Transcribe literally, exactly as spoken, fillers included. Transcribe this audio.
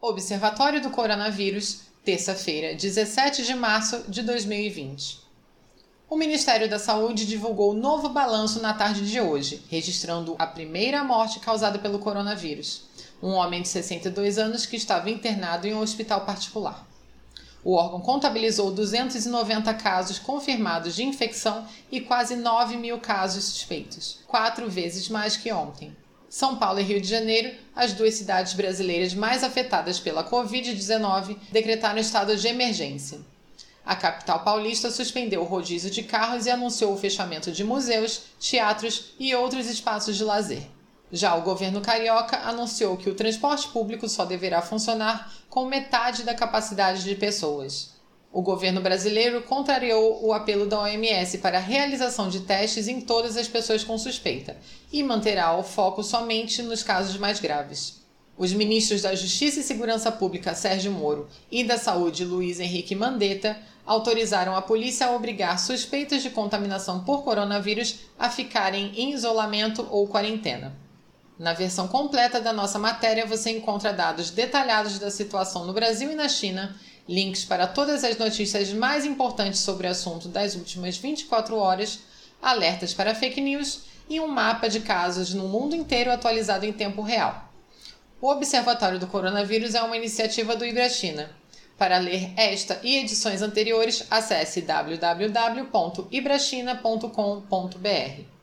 Observatório do Coronavírus, terça-feira, dezessete de março de dois mil e vinte. O Ministério da Saúde divulgou novo balanço na tarde de hoje, registrando a primeira morte causada pelo coronavírus, um homem de sessenta e dois anos que estava internado em um hospital particular. O órgão contabilizou duzentos e noventa casos confirmados de infecção e quase nove mil casos suspeitos, quatro vezes mais que ontem. São Paulo e Rio de Janeiro, as duas cidades brasileiras mais afetadas pela covid dezenove, decretaram estado de emergência. A capital paulista suspendeu o rodízio de carros e anunciou o fechamento de museus, teatros e outros espaços de lazer. Já o governo carioca anunciou que o transporte público só deverá funcionar com metade da capacidade de pessoas. O governo brasileiro contrariou o apelo da O M S para a realização de testes em todas as pessoas com suspeita e manterá o foco somente nos casos mais graves. Os ministros da Justiça e Segurança Pública Sérgio Moro e da Saúde Luiz Henrique Mandetta autorizaram a polícia a obrigar suspeitos de contaminação por coronavírus a ficarem em isolamento ou quarentena. Na versão completa da nossa matéria você encontra dados detalhados da situação no Brasil e na China, links para todas as notícias mais importantes sobre o assunto das últimas vinte e quatro horas, alertas para fake news e um mapa de casos no mundo inteiro atualizado em tempo real. O Observatório do Coronavírus é uma iniciativa do Ibrachina. Para ler esta e edições anteriores, acesse w w w ponto ibrachina ponto com ponto b r.